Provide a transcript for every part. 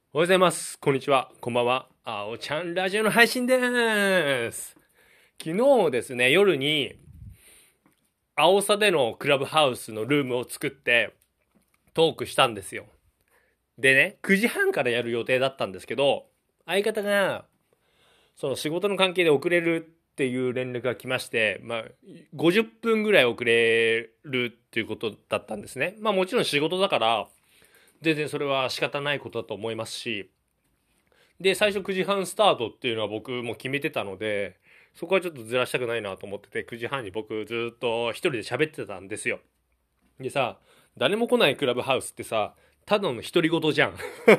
おはようございます。こんにちは。こんばんは。あおちゃんラジオの配信です。昨日ですね、夜に、アオサでのクラブハウスのルームを作ってトークしたんですよ。でね、9時半からやる予定だったんですけど、相方が、その仕事の関係で遅れるっていう連絡が来まして、50分ぐらい遅れるっていうことだったんですね。もちろん仕事だから、全然それは仕方ないことだと思いますし、で、最初9時半スタートっていうのは僕も決めてたので、そこはちょっとずらしたくないなと思ってて、9時半に僕ずっと一人で喋ってたんですよ。でさ、誰も来ないクラブハウスってさ、ただの独り言じゃん。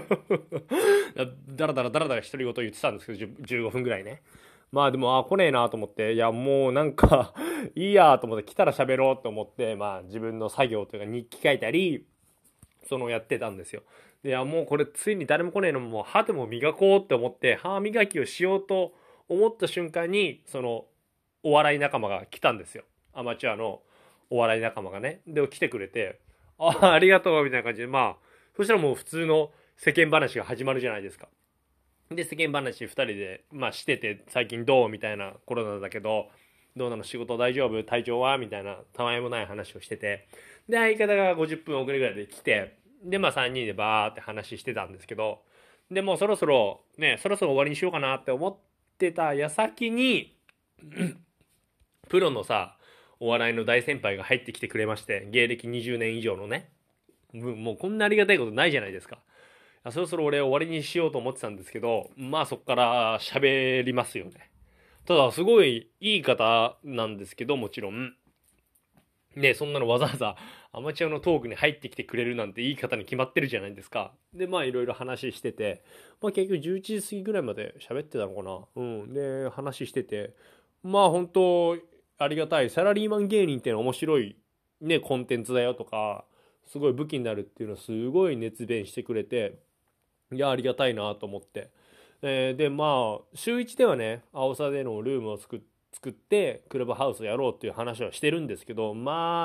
だらだらだらだら独り言言ってたんですけど、15分ぐらいね。でも、来ねえなと思って、いや、もうなんかいいやと思って、来たら喋ろうと思って、自分の作業というか日記書いたり、やってたんですよ。で、いや、もうこれついに誰も来ねえのもう歯でも磨こうって思って歯磨きをしようと思った瞬間に、お笑い仲間が来たんですよ。アマチュアのお笑い仲間がね。で、来てくれて、ありがとうみたいな感じで、そしたらもう普通の世間話が始まるじゃないですか。で、世間話二人で、してて、最近どうみたいなコロナだけど、どうなの仕事大丈夫体調はみたいな、たわいもない話をしてて、で、相方が50分遅れぐらいで来て、で、3人でバーって話してたんですけど、で、もうそろそろ、ね、そろそろ終わりにしようかなって思ってた矢先に、プロのさ、お笑いの大先輩が入ってきてくれまして、芸歴20年以上のね、もうこんなありがたいことないじゃないですか。そろそろ俺終わりにしようと思ってたんですけど、そっから喋りますよね。ただ、すごいいい方なんですけど、もちろん。ね、そんなのわざわざアマチュアのトークに入ってきてくれるなんていい方に決まってるじゃないですか。で、いろいろ話してて、結局11時過ぎぐらいまで喋ってたのかな。うん。で、話してて、本当ありがたい。サラリーマン芸人っていうのは面白いね、コンテンツだよとか、すごい武器になるっていうのをすごい熱弁してくれて、いや、ありがたいなと思って。で、週1ではね、アオサでのルームを作って、クラブハウスをやろうっていう話はしてるんですけど、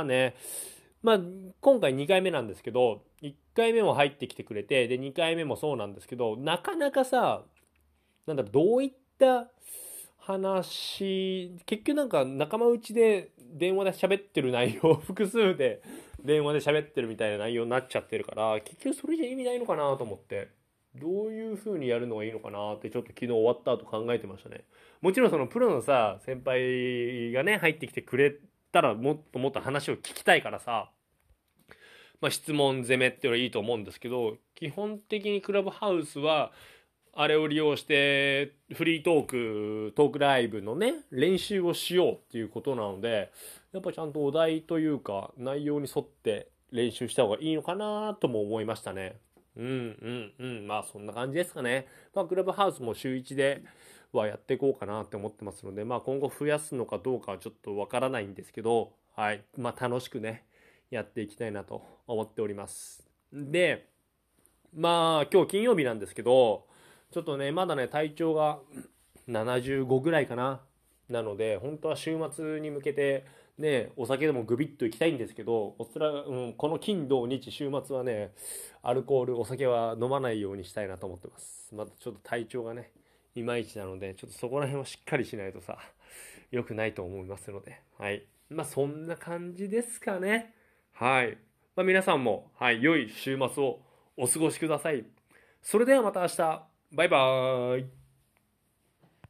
今回2回目なんですけど、1回目も入ってきてくれて、で、2回目もそうなんですけど、なかなかさ、どういった話、結局なんか仲間内で電話で喋ってる内容、複数で電話で喋ってるみたいな内容になっちゃってるから、結局それじゃ意味ないのかなと思って。どういう風にやるのがいいのかなってちょっと昨日終わった後考えてましたね。もちろんそのプロのさ、先輩がね、入ってきてくれたらもっともっと話を聞きたいからさ、質問攻めっていうのはいいと思うんですけど、基本的にクラブハウスは、あれを利用してフリートークライブのね、練習をしようっていうことなので、やっぱちゃんとお題というか内容に沿って練習した方がいいのかなとも思いましたね。そんな感じですかね。クラブハウスも週1ではやっていこうかなって思ってますので、今後増やすのかどうかはちょっとわからないんですけど、はい。楽しくね、やっていきたいなと思っております。で、今日金曜日なんですけど、ちょっとね、まだね、体調が75ぐらいかな。なので、本当は週末に向けて、ね、お酒でもグビッといきたいんですけど、この金土日週末はね、アルコール、お酒は飲まないようにしたいなと思ってます。またちょっと体調がね、いまいちなので、ちょっとそこら辺はしっかりしないとさ、良くないと思いますので、はい。そんな感じですかね。はい。皆さんも、はい、良い週末をお過ごしください。それではまた明日。バイバーイ。